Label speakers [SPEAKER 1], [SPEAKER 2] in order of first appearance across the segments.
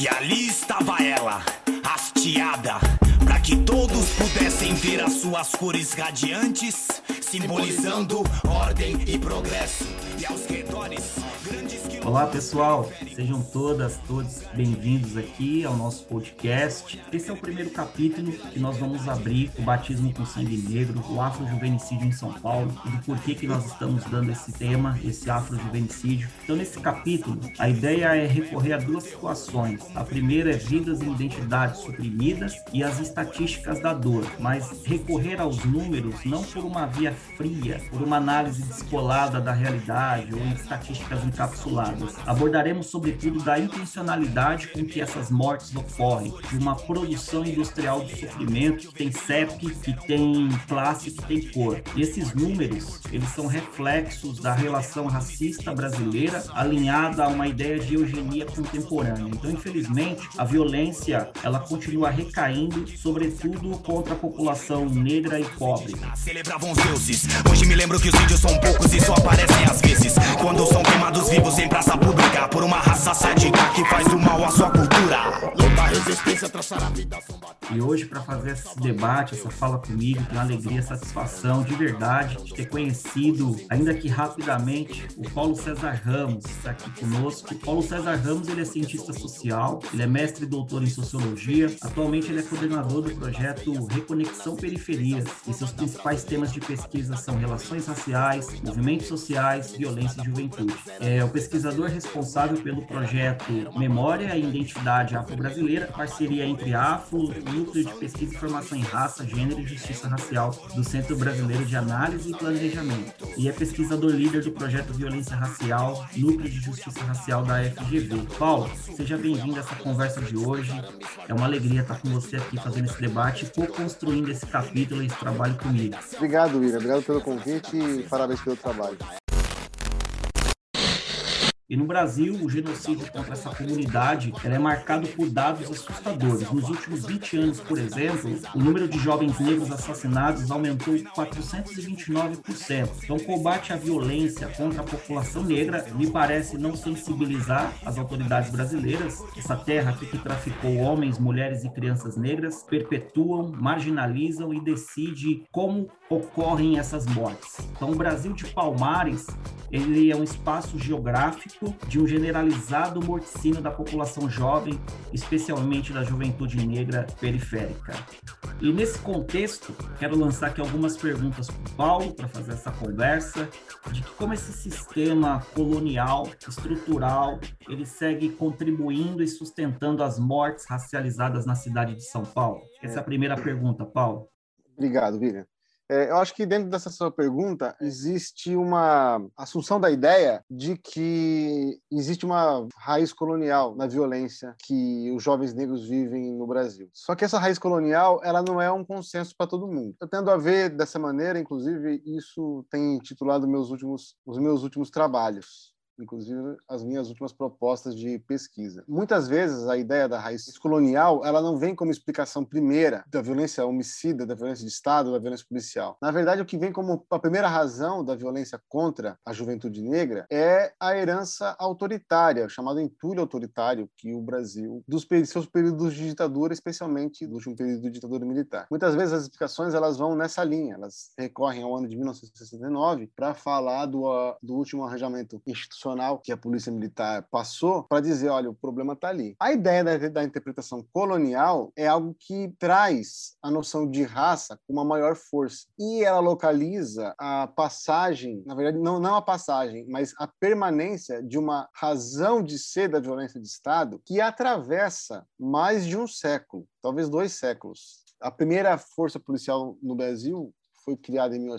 [SPEAKER 1] ali estava ela, hasteada, para que todos pudessem ver as suas cores radiantes, simbolizando ordem e progresso. E aos redores, grandes quilômetros.
[SPEAKER 2] Olá, pessoal, sejam todos bem-vindos aqui ao nosso podcast. Esse é o primeiro capítulo que nós vamos abrir o batismo com sangue negro, o afrojuvenicídio em São Paulo e do porquê que nós estamos dando esse tema, esse afrojuvenicídio. Então, nesse capítulo, a ideia é recorrer a duas situações. A primeira é vidas e identidades suprimidas e as estatísticas da dor, mas recorrer aos números não por uma via fria, por uma análise descolada da realidade ou em estatísticas encapsuladas. Abordaremos sobretudo da intencionalidade com que essas mortes ocorrem, de uma produção industrial do sofrimento que tem CEP, que tem classe, que tem cor. E esses números, eles são reflexos da relação racista brasileira alinhada a uma ideia de eugenia contemporânea. Então, infelizmente, a violência, ela continua recaindo, sobretudo contra a população negra e pobre.
[SPEAKER 1] Celebravam os deuses. Hoje me lembro que os índios são poucos e só aparecem às vezes quando são queimados vivos em praça pública por uma raça sádica que faz do mal à sua cultura. Lutar, resistência, traçar a vida.
[SPEAKER 2] E hoje, para fazer esse debate, essa fala comigo, tenho alegria, satisfação de verdade de ter conhecido, ainda que rapidamente, o Paulo César Ramos, que está aqui conosco. O Paulo César Ramos, ele é cientista social, ele é mestre e doutor em sociologia. Atualmente, ele é coordenador do projeto Reconexão Periferias e seus principais temas de pesquisa são relações raciais, movimentos sociais, violência e juventude. É o pesquisador responsável pelo projeto Memória e Identidade Afro-Brasileira, parceria entre a Afro, Núcleo de Pesquisa e Formação em Raça, Gênero e Justiça Racial do Centro Brasileiro de Análise e Planejamento. E é pesquisador líder do projeto Violência Racial, Núcleo de Justiça Racial da FGV. Paulo, seja bem-vindo a essa conversa de hoje. É uma alegria estar com você aqui fazendo esse debate e co-construindo esse capítulo e esse trabalho comigo.
[SPEAKER 3] Obrigado, William. Obrigado pelo convite e parabéns pelo trabalho.
[SPEAKER 2] E no Brasil, o genocídio contra essa comunidade é marcado por dados assustadores. Nos últimos 20 anos, por exemplo, o número de jovens negros assassinados aumentou 429%. Então, o combate à violência contra a população negra me parece não sensibilizar as autoridades brasileiras. Essa terra aqui que traficou homens, mulheres e crianças negras perpetuam, marginalizam e decide como ocorrem essas mortes. Então, o Brasil de Palmares, ele é um espaço geográfico de um generalizado morticínio da população jovem, especialmente da juventude negra periférica. E nesse contexto, quero lançar aqui algumas perguntas para o Paulo, para fazer essa conversa, de como esse sistema colonial, estrutural, ele segue contribuindo e sustentando as mortes racializadas na cidade de São Paulo. Essa é a primeira pergunta, Paulo.
[SPEAKER 3] Obrigado, William. Eu acho que dentro dessa sua pergunta existe uma assunção da ideia de que existe uma raiz colonial na violência que os jovens negros vivem no Brasil. Só que essa raiz colonial, ela não é um consenso para todo mundo. Eu tendo a ver dessa maneira, inclusive, isso tem titulado os meus últimos trabalhos. Inclusive as minhas últimas propostas de pesquisa. Muitas vezes a ideia da raiz colonial, ela não vem como explicação primeira da violência homicida, da violência de Estado, da violência policial. Na verdade, o que vem como a primeira razão da violência contra a juventude negra é a herança autoritária, o chamado entulho autoritário que o Brasil, dos seus períodos de ditadura, especialmente do último período de ditadura militar. Muitas vezes as explicações elas vão nessa linha, elas recorrem ao ano de 1969 para falar do último arranjamento institucional que a polícia militar passou para dizer, olha, o problema está ali. A ideia da interpretação colonial é algo que traz a noção de raça com uma maior força. E ela localiza a passagem, na verdade, não a passagem, mas a permanência de uma razão de ser da violência de Estado que atravessa mais de um século, talvez 2 séculos. A primeira força policial no Brasil foi criada em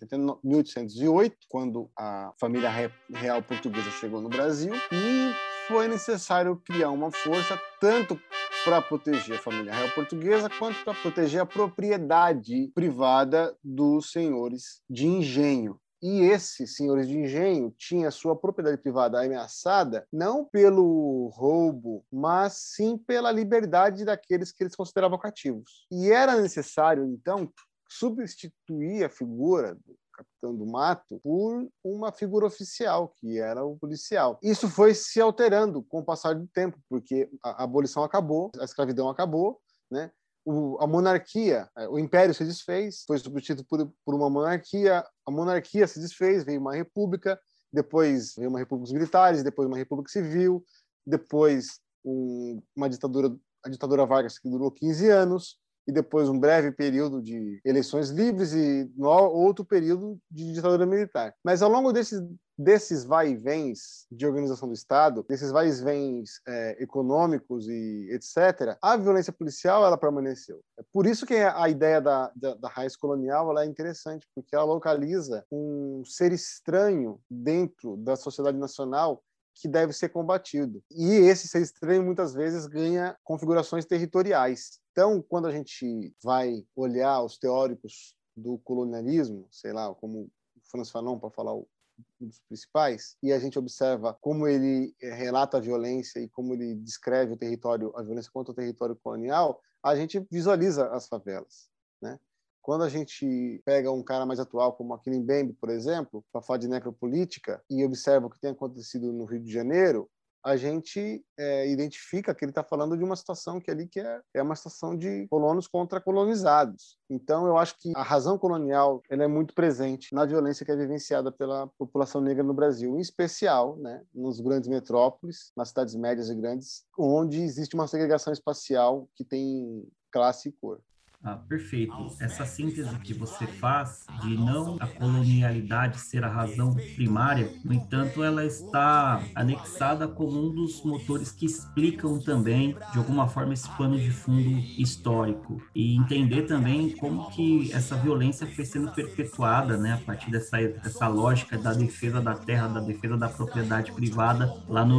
[SPEAKER 3] 1808, quando a família real portuguesa chegou no Brasil, e foi necessário criar uma força tanto para proteger a família real portuguesa quanto para proteger a propriedade privada dos senhores de engenho. E esses senhores de engenho tinham a sua propriedade privada ameaçada não pelo roubo, mas sim pela liberdade daqueles que eles consideravam cativos. E era necessário, então, substituir a figura do capitão do mato, por uma figura oficial, que era o policial. Isso foi se alterando com o passar do tempo, porque a abolição acabou, a escravidão acabou, né? A monarquia, o império se desfez, foi substituído por uma monarquia, a monarquia se desfez, veio uma república, depois veio uma república dos militares, depois uma república civil, depois uma ditadura, a ditadura Vargas, que durou 15 anos, e depois um breve período de eleições livres e outro período de ditadura militar. Mas ao longo desses vai-e-vens de organização do Estado, desses vai-e-vens econômicos e etc., a violência policial ela permaneceu. É por isso que a ideia da raiz colonial ela é interessante, porque ela localiza um ser estranho dentro da sociedade nacional que deve ser combatido. E esse ser estranho, muitas vezes, ganha configurações territoriais. Então, quando a gente vai olhar os teóricos do colonialismo, sei lá, como Franz Fanon, para falar um dos principais, e a gente observa como ele relata a violência e como ele descreve a violência contra o território colonial, a gente visualiza as favelas, né? Quando a gente pega um cara mais atual, como aquele Mbembe, por exemplo, para falar de necropolítica, e observa o que tem acontecido no Rio de Janeiro, a gente identifica que ele está falando de uma situação que é uma situação de colonos contra colonizados. Então, eu acho que a razão colonial ela é muito presente na violência que é vivenciada pela população negra no Brasil, em especial, né, nos grandes metrópoles, nas cidades médias e grandes, onde existe uma segregação espacial que tem classe e cor.
[SPEAKER 2] Ah, perfeito. Essa síntese que você faz de não a colonialidade ser a razão primária, no entanto, ela está anexada como um dos motores que explicam também, de alguma forma, esse pano de fundo histórico e entender também como que essa violência foi sendo perpetuada, né, a partir dessa lógica da defesa da terra, da defesa da propriedade privada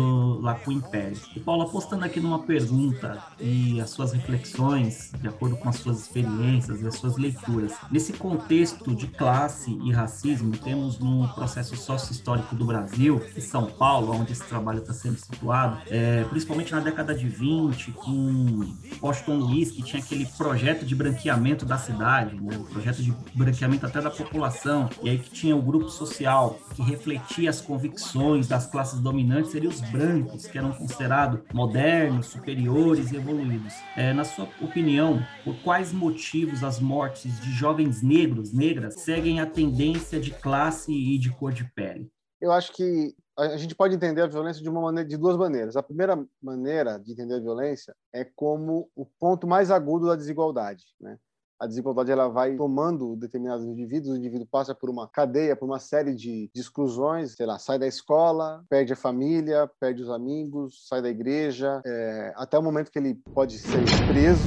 [SPEAKER 2] lá com o Império. E Paulo, apostando aqui numa pergunta e as suas reflexões, de acordo com as suas experiências e as suas leituras. Nesse contexto de classe e racismo, temos no processo sócio-histórico do Brasil, em São Paulo, onde esse trabalho está sendo situado, principalmente na década de 20, com Washington Luiz, que tinha aquele projeto de branqueamento da cidade, né? Um projeto de branqueamento até da população, e aí que tinha o grupo social que refletia as convicções das classes dominantes, seriam os brancos, que eram considerados modernos, superiores e evoluídos. Na sua opinião, por quais motivos as mortes de jovens negras seguem a tendência de classe e de cor de pele?
[SPEAKER 3] Eu acho que a gente pode entender a violência de duas maneiras. A primeira maneira de entender a violência é como o ponto mais agudo da desigualdade, né? A desigualdade ela vai tomando determinados indivíduos, o indivíduo passa por uma cadeia, por uma série de exclusões, sei lá, sai da escola, perde a família, perde os amigos, sai da igreja, até o momento que ele pode ser preso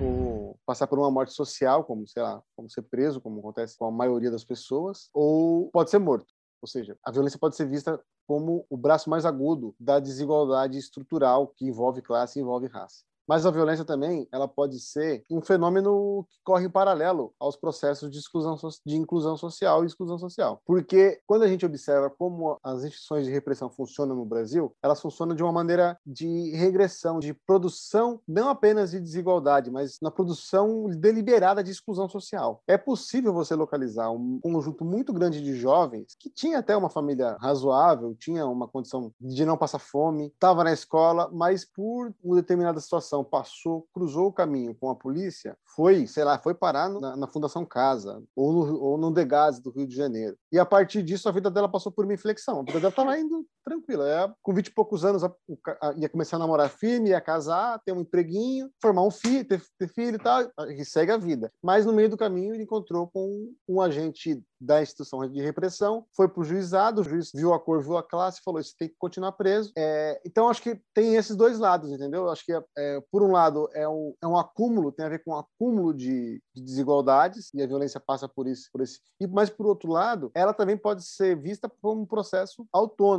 [SPEAKER 3] ou passar por uma morte social, como, sei lá, como ser preso, como acontece com a maioria das pessoas, ou pode ser morto. Ou seja, a violência pode ser vista como o braço mais agudo da desigualdade estrutural que envolve classe e envolve raça. Mas a violência também, ela pode ser um fenômeno que corre em paralelo aos processos de inclusão social e exclusão social. Porque quando a gente observa como as instituições de repressão funcionam no Brasil, elas funcionam de uma maneira de regressão, de produção, não apenas de desigualdade, mas na produção deliberada de exclusão social. É possível você localizar um conjunto muito grande de jovens que tinha até uma família razoável, tinha uma condição de não passar fome, estava na escola, mas por uma determinada situação cruzou o caminho com a polícia, foi parar na Fundação Casa ou no Degase do Rio de Janeiro. E a partir disso a vida dela passou por uma inflexão. A vida dela estava indo tranquila. Com 20 e poucos anos ia começar a namorar firme, ia casar, ter um empreguinho, formar um filho, ter filho e tal, e segue a vida. Mas no meio do caminho ele encontrou com um agente da instituição de repressão, foi para o juizado, o juiz viu a cor, viu a classe, falou, você tem que continuar preso. Então, acho que tem esses dois lados, entendeu? Acho que, por um lado, é um acúmulo, tem a ver com um acúmulo de desigualdades, e a violência passa por isso. Mas, por outro lado, ela também pode ser vista como um processo autônomo.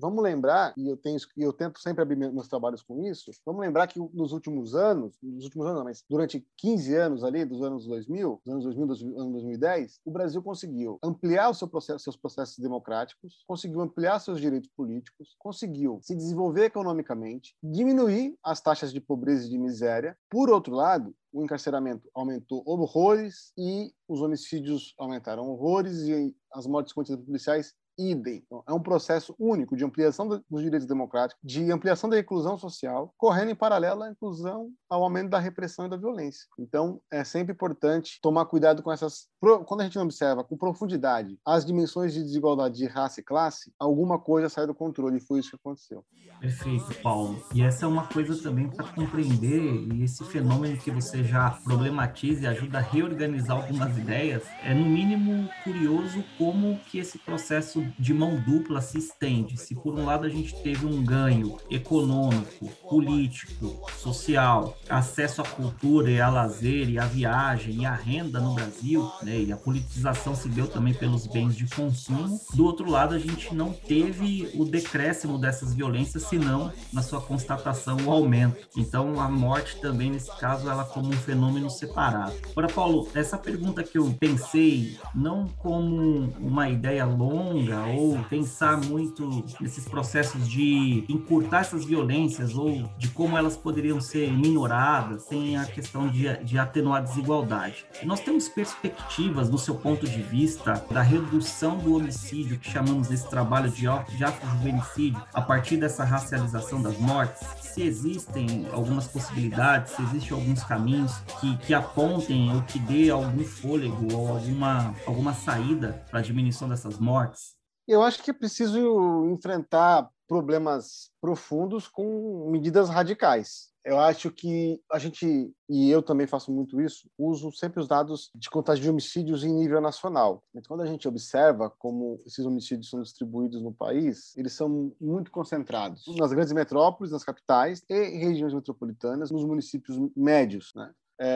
[SPEAKER 3] vamos lembrar, e eu tento sempre abrir meus trabalhos com isso, vamos lembrar que nos últimos anos não, mas durante 15 anos ali, dos anos 2000, dos anos 2000, anos 2010, o Brasil conseguiu ampliar seus processos democráticos, conseguiu ampliar seus direitos políticos, conseguiu se desenvolver economicamente, diminuir as taxas de pobreza e de miséria. Por outro lado, o encarceramento aumentou horrores e os homicídios aumentaram horrores e as mortes contidas por policiais idem. Então, é um processo único de ampliação dos direitos democráticos, de ampliação da inclusão social, correndo em paralelo à inclusão, ao aumento da repressão e da violência. Então, é sempre importante tomar cuidado com essas... Quando a gente não observa com profundidade as dimensões de desigualdade de raça e classe, alguma coisa sai do controle, e foi isso que aconteceu.
[SPEAKER 2] Perfeito, Paulo. E essa é uma coisa também para compreender, e esse fenômeno que você já problematiza e ajuda a reorganizar algumas ideias, é no mínimo curioso como que esse processo de mão dupla se estende. Se por um lado a gente teve um ganho econômico, político, social, acesso à cultura e a lazer e à viagem e à renda no Brasil, né, e a politização se deu também pelos bens de consumo, do outro lado a gente não teve o decréscimo dessas violências, senão na sua constatação o aumento. Então a morte também nesse caso ela como um fenômeno separado. Agora, Paulo, essa pergunta que eu pensei não como uma ideia longa ou pensar muito nesses processos de encurtar essas violências ou de como elas poderiam ser minoradas sem a questão de atenuar a desigualdade. Nós temos perspectivas, no seu ponto de vista, da redução do homicídio, que chamamos desse trabalho de afrojuvenicídio, a partir dessa racialização das mortes? Se existem algumas possibilidades, se existem alguns caminhos que apontem ou que dê algum fôlego ou alguma saída para a diminuição dessas mortes?
[SPEAKER 3] Eu acho que é preciso enfrentar problemas profundos com medidas radicais. Eu acho que a gente, e eu também faço muito isso, uso sempre os dados de contagem de homicídios em nível nacional. Então, quando a gente observa como esses homicídios são distribuídos no país, eles são muito concentrados nas grandes metrópoles, nas capitais e regiões metropolitanas, nos municípios médios, né?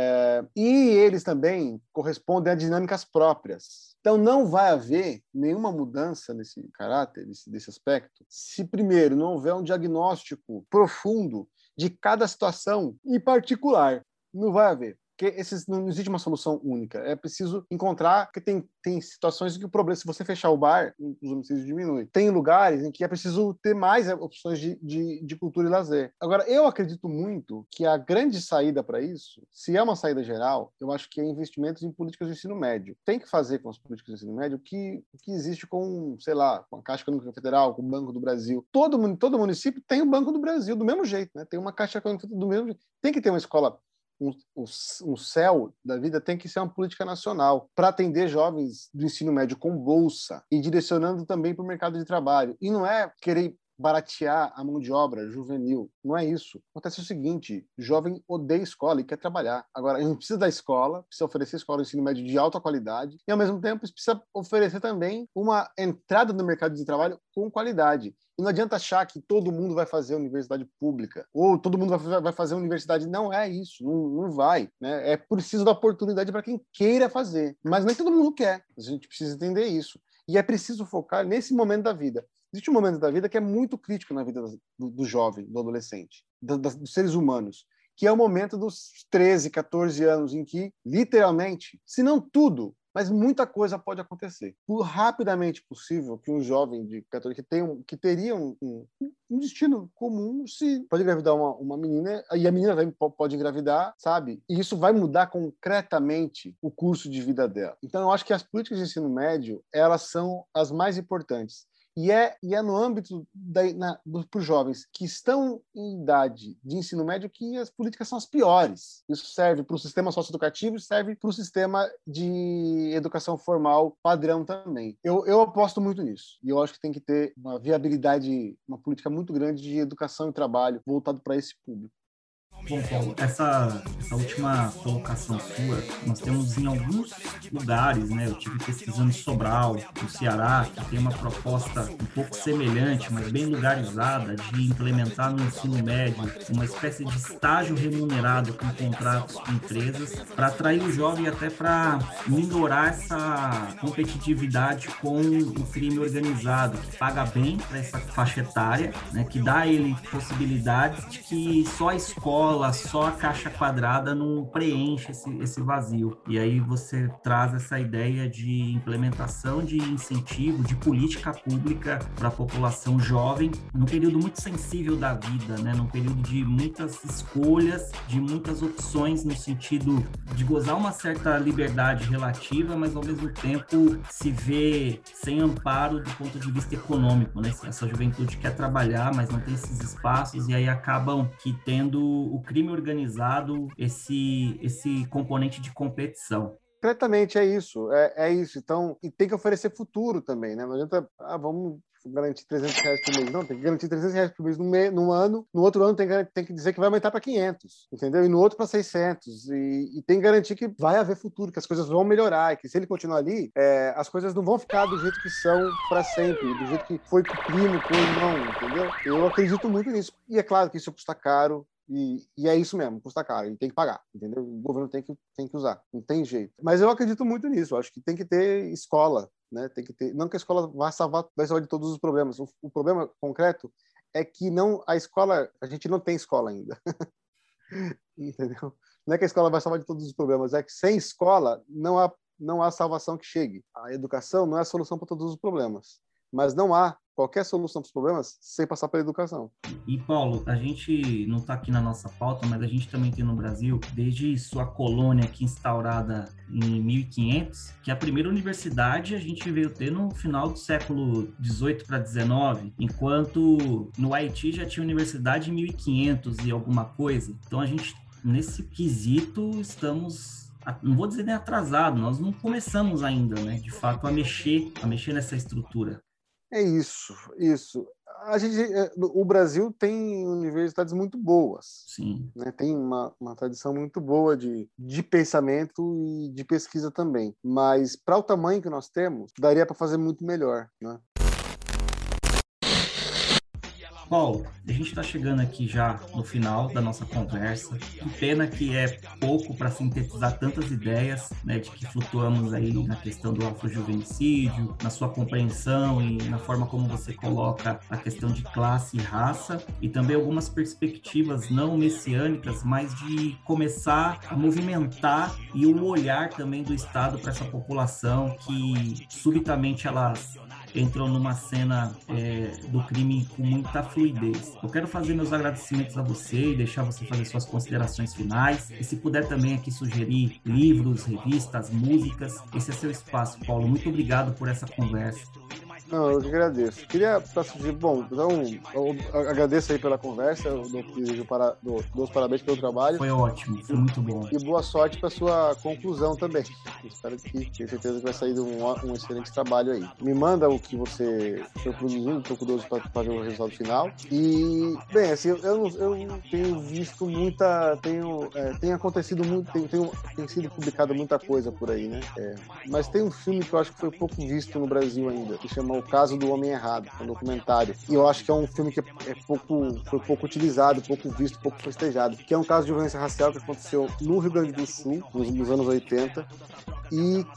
[SPEAKER 3] E eles também correspondem a dinâmicas próprias. Então, não vai haver nenhuma mudança nesse caráter, desse aspecto, se, primeiro, não houver um diagnóstico profundo de cada situação em particular. Não vai haver. Porque não existe uma solução única. É preciso encontrar, porque tem situações em que o problema, se você fechar o bar, os homicídios diminuem. Tem lugares em que é preciso ter mais opções de cultura e lazer. Agora, eu acredito muito que a grande saída para isso, se é uma saída geral, eu acho que é investimentos em políticas de ensino médio. Tem que fazer com as políticas de ensino médio o que existe com, sei lá, com a Caixa Econômica Federal, com o Banco do Brasil. Todo município tem o Banco do Brasil, do mesmo jeito, né? Tem uma Caixa Econômica do mesmo jeito. Tem que ter uma escola. O céu da vida tem que ser uma política nacional para atender jovens do ensino médio com bolsa e direcionando também para o mercado de trabalho. E não é querer baratear a mão de obra juvenil. Não é isso. Acontece o seguinte, o jovem odeia escola e quer trabalhar. Agora, a gente precisa da escola, precisa oferecer escola de ensino médio de alta qualidade e, ao mesmo tempo, precisa oferecer também uma entrada no mercado de trabalho com qualidade. E não adianta achar que todo mundo vai fazer universidade pública ou todo mundo vai fazer universidade. Não é isso, não vai. Né? É preciso dar oportunidade para quem queira fazer. Mas nem todo mundo quer. A gente precisa entender isso. E é preciso focar nesse momento da vida. Existe um momento da vida que é muito crítico na vida do jovem, do adolescente, dos seres humanos, que é o momento dos 13, 14 anos, em que, literalmente, se não tudo, mas muita coisa pode acontecer. Por rapidamente possível que um jovem de 14 que teria um destino comum, se pode engravidar uma menina, e a menina pode engravidar, sabe? E isso vai mudar concretamente o curso de vida dela. Então, eu acho que as políticas de ensino médio, elas são as mais importantes. E é no âmbito para os jovens que estão em idade de ensino médio que as políticas são as piores. Isso serve para o sistema socioeducativo e serve para o sistema de educação formal padrão também. Eu aposto muito nisso. E eu acho que tem que ter uma viabilidade, uma política muito grande de educação e trabalho voltado para esse público.
[SPEAKER 2] Bom, Paulo, essa última colocação sua, nós temos em alguns lugares, né? Eu tive pesquisando em Sobral, no Ceará, que tem uma proposta um pouco semelhante, mas bem lugarizada, de implementar no ensino médio uma espécie de estágio remunerado com contratos com empresas para atrair o jovem até para minorar essa competitividade com o crime organizado, que paga bem para essa faixa etária, né? Que dá a ele possibilidades de que só a escola, só a caixa quadrada não preenche esse vazio. E aí você traz essa ideia de implementação de incentivo, de política pública para a população jovem, num período muito sensível da vida, né? Num período de muitas escolhas, de muitas opções, no sentido de gozar uma certa liberdade relativa, mas ao mesmo tempo se vê sem amparo do ponto de vista econômico, né? Essa juventude quer trabalhar, mas não tem esses espaços, e aí acabam que tendo o crime organizado esse componente de competição.
[SPEAKER 3] Concretamente, é isso. É isso. Então, e tem que oferecer futuro também, né? Não adianta, vamos garantir R$300 por mês. Não, tem que garantir R$300 por mês no ano. No outro ano tem que dizer que vai aumentar para 500, entendeu? E no outro para 600. E tem que garantir que vai haver futuro, que as coisas vão melhorar, e que se ele continuar ali, as coisas não vão ficar do jeito que são para sempre, do jeito que foi com o primo, com o irmão, entendeu? Eu acredito muito nisso. E é claro que isso custa caro. E é isso mesmo, custa caro, e tem que pagar, entendeu? O governo tem que usar, não tem jeito. Mas eu acredito muito nisso, eu acho que tem que ter escola, né? Tem que ter, não que a escola vai salvar de todos os problemas. O problema concreto é que a escola, a gente não tem escola ainda. Entendeu? Não é que a escola vai salvar de todos os problemas, é que sem escola não há salvação que chegue. A educação não é a solução para todos os problemas, mas não há qualquer solução para os problemas sem passar pela educação.
[SPEAKER 2] E, Paulo, a gente não está aqui na nossa pauta, mas a gente também tem no Brasil, desde sua colônia aqui instaurada em 1500, que a primeira universidade a gente veio ter no final do século XVIII para XIX, enquanto no Haiti já tinha universidade em 1500 e alguma coisa. Então, a gente, nesse quesito, estamos... não vou dizer nem atrasado, nós não começamos ainda, né, de fato, a mexer nessa estrutura.
[SPEAKER 3] É isso. O Brasil tem universidades muito boas.
[SPEAKER 2] Sim.
[SPEAKER 3] Né? Tem uma tradição muito boa de pensamento e de pesquisa também. Mas, para o tamanho que nós temos, daria para fazer muito melhor, né?
[SPEAKER 2] Paulo, a gente está chegando aqui já no final da nossa conversa. Que pena que é pouco para sintetizar tantas ideias, né, de que flutuamos aí na questão do afrojuvenicídio, na sua compreensão e na forma como você coloca a questão de classe e raça, e também algumas perspectivas não messiânicas, mas de começar a movimentar e o olhar também do Estado para essa população que subitamente elas entram numa cena do crime com muita fluidez. Eu quero fazer meus agradecimentos a você e deixar você fazer suas considerações finais. E se puder também aqui sugerir livros, revistas, músicas, esse é seu espaço, Paulo. Muito obrigado por essa conversa.
[SPEAKER 3] Não, eu que agradeço. Queria sugerir, bom, então, eu agradeço aí pela conversa, eu dou os parabéns pelo trabalho.
[SPEAKER 2] Foi ótimo, foi muito bom.
[SPEAKER 3] E boa sorte para sua conclusão também. Espero que tenho certeza que vai sair de um excelente trabalho aí. Me manda o que você foi produzindo, estou curioso para ver o resultado final. E, bem, assim, eu tenho visto tem acontecido muito, tem sido publicada muita coisa por aí, né? Mas tem um filme que eu acho que foi pouco visto no Brasil ainda, que chama O Caso do Homem Errado, um documentário. E eu acho que é um filme que foi pouco utilizado, pouco visto, pouco festejado, que é um caso de violência racial que aconteceu no Rio Grande do Sul, nos anos 80, e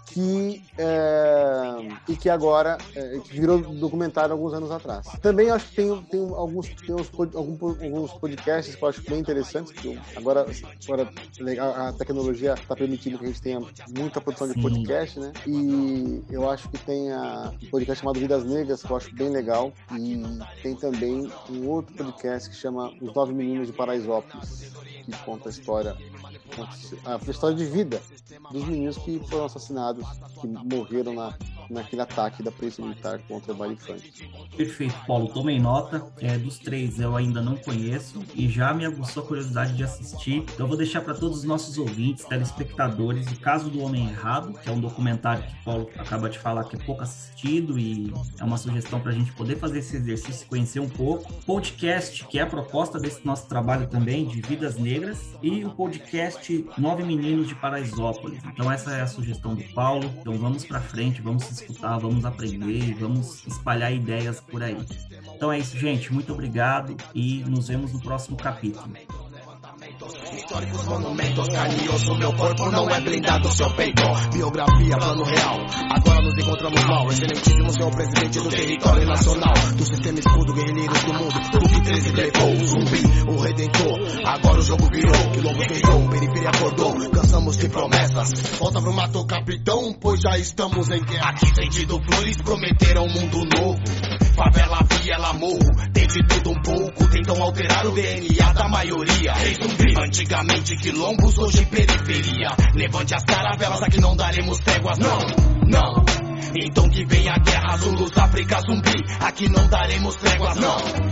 [SPEAKER 3] que agora que virou documentário alguns anos atrás. Também acho que tem alguns podcasts que eu acho bem interessantes, que agora a tecnologia está permitindo que a gente tenha muita produção de podcast, né? E eu acho que tem um podcast chamado Vidas Negras, que eu acho bem legal, e tem também um outro podcast que chama Os 9 Meninos de Paraisópolis, que conta a história de vida dos meninos que foram assassinados, que morreram naquele ataque da Polícia Militar contra o baile funk.
[SPEAKER 2] Perfeito, Paulo, tomei nota. Dos 3 eu ainda não conheço e já me aguçou a curiosidade de assistir. Então eu vou deixar para todos os nossos ouvintes, telespectadores, O Caso do Homem Errado, que é um documentário que o Paulo acaba de falar que é pouco assistido e é uma sugestão para a gente poder fazer esse exercício e conhecer um pouco. Podcast, que é a proposta desse nosso trabalho também, de Vidas Negras, e o podcast 9 Meninos de Paraisópolis. Então essa é a sugestão do Paulo. Então vamos para frente, vamos escutar, vamos aprender, vamos espalhar ideias por aí. Então é isso, gente. Muito obrigado e nos vemos no próximo capítulo.
[SPEAKER 4] Históricos monumentos, carne e osso, meu corpo não é blindado, seu peito. Biografia, plano real, agora nos encontramos mal. Excelentíssimo senhor presidente do território nacional, do sistema escudo, guerrilheiros do mundo, tudo que 13 levou, o zumbi, o redentor. Agora o jogo virou, quilombo guerreou, periferia acordou, cansamos de promessas. Volta pro mato, capitão, pois já estamos em guerra. Aqui sentido flores, prometeram um mundo novo. Favela, viela, morro, tem de tudo um pouco. Tentam alterar o DNA da maioria. Rei zumbi, antigamente quilombos, hoje periferia. Levante as caravelas, aqui não daremos tréguas, não, não. Então que vem a guerra, Zulus, África, zumbi. Aqui não daremos tréguas, não.